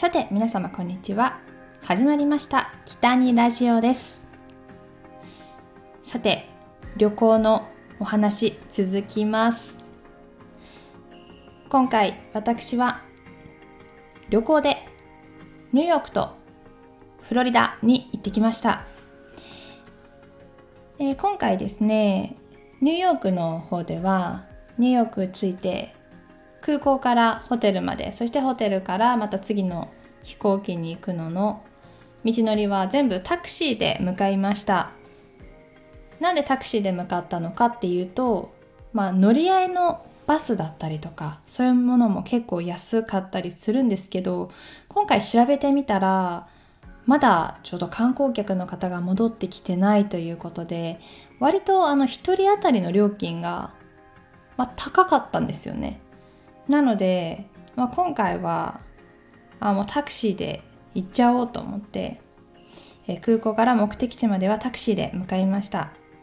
さて皆様こんにちは。始まりました北にラジオです。さて旅行のお話続きます。今回私は旅行でニューヨークとフロリダに行ってきました。今回ですね、ニューヨークの方ではニューヨーク着いて空港からホテルまで、そしてホテルからまた次の飛行機に行くのの道のりは全部タクシーで向かいました。なんでタクシーで向かったのかっていうと、乗り合いのバスだったりとかそういうものも結構安かったりするんですけど、今回調べてみたらまだちょうど観光客の方が戻ってきてないということで、割と一人当たりの料金が、高かったんですよね。なので、今回はもうタクシーで行っちゃおうと思って、空港から目的地まではタクシーで向かいました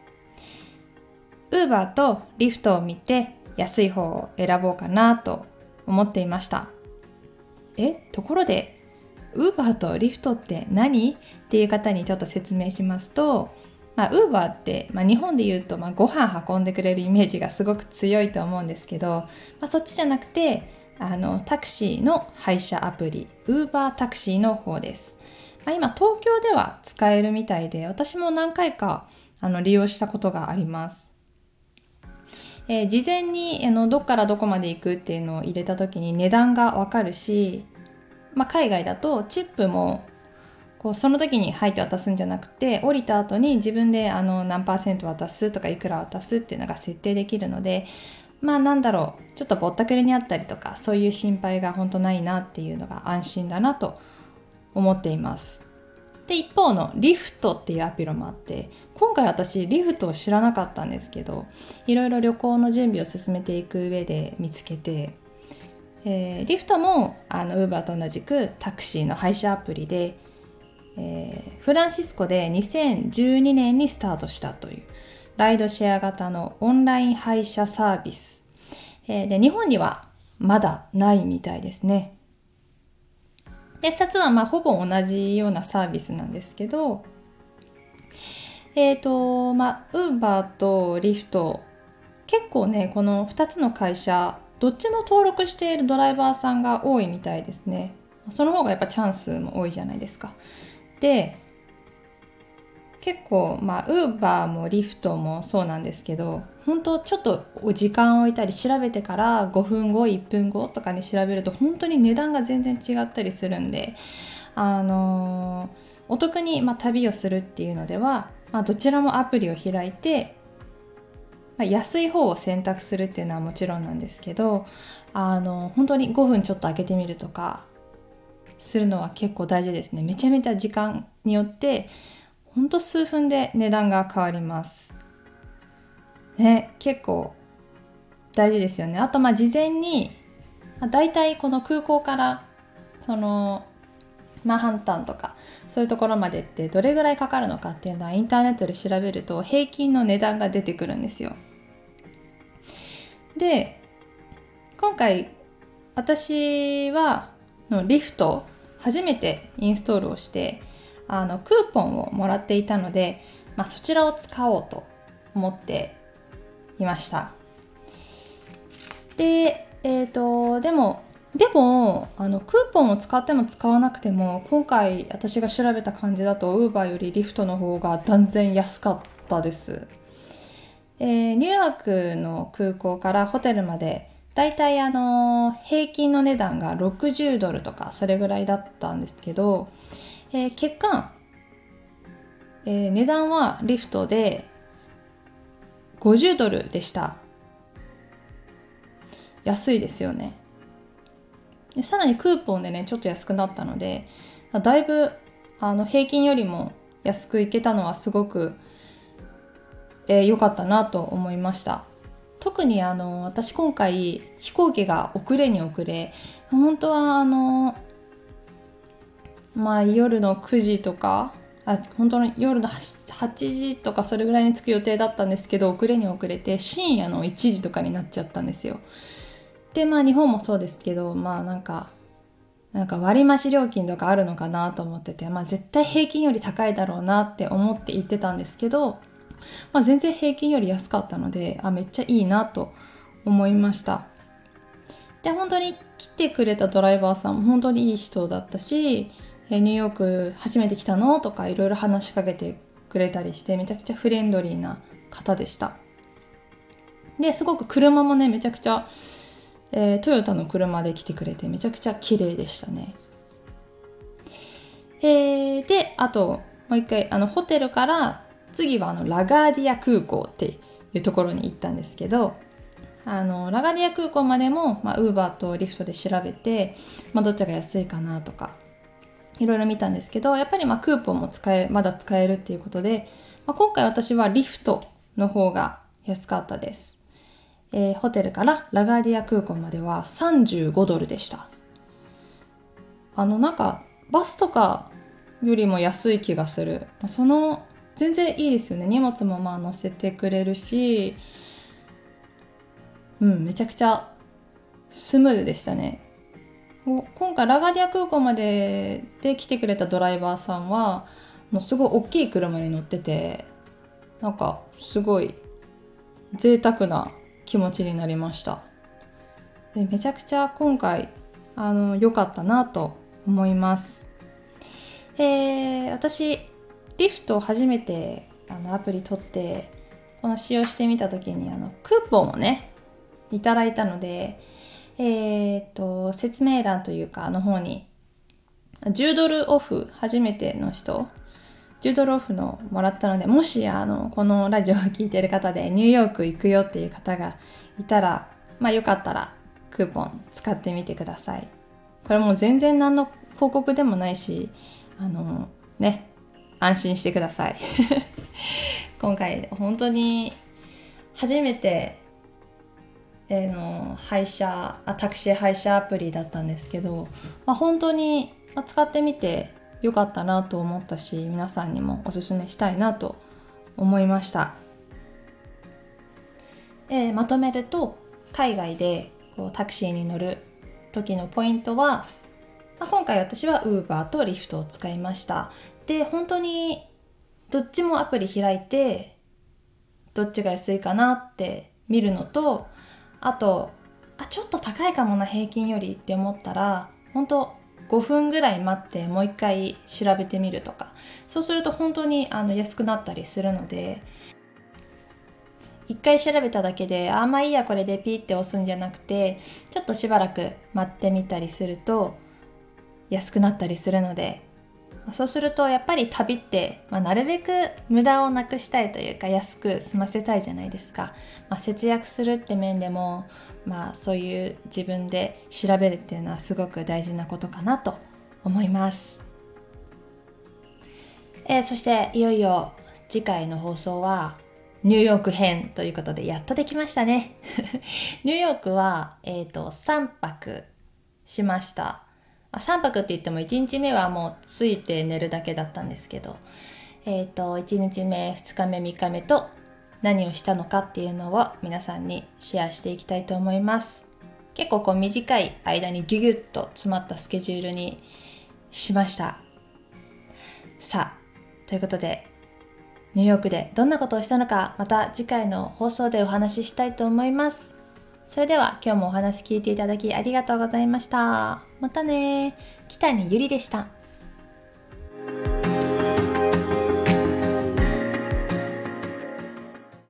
。Uber とリフトを見て安い方を選ぼうかなと思っていました。ところでUber とリフトって何？っていう方にちょっと説明しますと、Uber って、日本で言うと、ご飯運んでくれるイメージがすごく強いと思うんですけど、そっちじゃなくてタクシーの配車アプリ Uber タクシーの方です。今東京では使えるみたいで、私も何回か利用したことがあります。事前にどっからどこまで行くっていうのを入れた時に値段がわかるし、海外だとチップもその時に入って渡すんじゃなくて、降りた後に自分で何%渡すとかいくら渡すっていうのが設定できるので、ちょっとぼったくりにあったりとかそういう心配が本当ないなっていうのが安心だなと思っています。で、一方のリフトっていうアプリもあって、今回私リフトを知らなかったんですけど、いろいろ旅行の準備を進めていく上で見つけて、リフトもUber と同じくタクシーの配車アプリで、フランシスコで2012年にスタートしたというライドシェア型のオンライン配車サービス、で日本にはまだないみたいですね。で、2つはほぼ同じようなサービスなんですけど、Uber とリフト、結構ねこの2つの会社どっちも登録しているドライバーさんが多いみたいですね。その方がやっぱチャンスも多いじゃないですか。で、結構Uber もリフトもそうなんですけど、本当ちょっと時間を置いたり調べてから5分後1分後とかに調べると本当に値段が全然違ったりするんで、お得に旅をするっていうのでは、どちらもアプリを開いて、安い方を選択するっていうのはもちろんなんですけど、本当に5分ちょっと開けてみるとかするのは結構大事ですね。めちゃめちゃ時間によってほんと数分で値段が変わりますね。結構大事ですよね。あと事前にだいたいこの空港からそのマンハッタンとかそういうところまでってどれぐらいかかるのかっていうのはインターネットで調べると平均の値段が出てくるんですよ。で、今回私はリフト初めてインストールをしてクーポンをもらっていたので、そちらを使おうと思っていました。で、でもクーポンを使っても使わなくても今回私が調べた感じだと Uber よりリフトの方が断然安かったです。ニューヨークの空港からホテルまでだいたい平均の値段が60ドルとかそれぐらいだったんですけど、結果、値段はリフトで50ドルでした。安いですよね。で、さらにクーポンでねちょっと安くなったので、だいぶ平均よりも安くいけたのはすごく良かったなと思いました。特に私今回飛行機が遅れに遅れ、本当は夜の9時とか本当に夜の8時とかそれぐらいに着く予定だったんですけど、遅れに遅れて深夜の1時とかになっちゃったんですよ。で日本もそうですけどなんか割増料金とかあるのかなと思ってて、絶対平均より高いだろうなって思って行ってたんですけど、全然平均より安かったので、めっちゃいいなと思いました。で、本当に来てくれたドライバーさんも本当にいい人だったし、ニューヨーク初めて来たのとかいろいろ話しかけてくれたりして、めちゃくちゃフレンドリーな方でした。で、すごく車もね、めちゃくちゃ、トヨタの車で来てくれてめちゃくちゃ綺麗でしたね。で、あともう一回ホテルから次はラガーディア空港っていうところに行ったんですけど、ラガーディア空港までもウーバーとリフトで調べて、どっちが安いかなとかいろいろ見たんですけど、やっぱりクーポンもまだ使えるっていうことで、今回私はリフトの方が安かったです。ホテルからラガーディア空港までは35ドルでした。なんかバスとかよりも安い気がする。全然いいですよね。荷物も乗せてくれるし、めちゃくちゃスムーズでしたね。今回ラガーディア空港までで来てくれたドライバーさんはすごい大きい車に乗ってて、なんかすごい贅沢な気持ちになりました。で、めちゃくちゃ今回良かったなと思います。私リフトを初めてアプリ取って使用してみた時にクーポンをねいただいたので、説明欄というか方に10ドルオフ、初めての人10ドルオフのもらったので、もしこのラジオを聞いている方でニューヨーク行くよっていう方がいたら、よかったらクーポン使ってみてください。これもう全然何の広告でもないし、安心してください。今回本当に初めてタクシー配車アプリだったんですけど、本当に使ってみて良かったなと思ったし、皆さんにもおすすめしたいなと思いました。まとめると、海外でタクシーに乗る時のポイントは、今回私は Uber と Lyft を使いました。で、本当にどっちもアプリ開いてどっちが安いかなって見るのと、あとちょっと高いかもな平均よりって思ったら、本当5分ぐらい待ってもう一回調べてみるとか、そうすると本当に安くなったりするので、一回調べただけでいいやこれでピーって押すんじゃなくて、ちょっとしばらく待ってみたりすると安くなったりするので、そうするとやっぱり旅って、なるべく無駄をなくしたいというか、安く済ませたいじゃないですか。節約するって面でも、そういう自分で調べるっていうのはすごく大事なことかなと思います。そしていよいよ次回の放送はニューヨーク編ということで、やっとできましたね。ニューヨークは、3泊しました。3泊って言っても1日目はもうついて寝るだけだったんですけど、1日目、2日目、3日目と何をしたのかっていうのを皆さんにシェアしていきたいと思います。結構短い間にギュギュッと詰まったスケジュールにしました。さあ、ということでニューヨークでどんなことをしたのか、また次回の放送でお話ししたいと思います。それでは今日もお話聞いていただきありがとうございました。またね。北にゆりでした。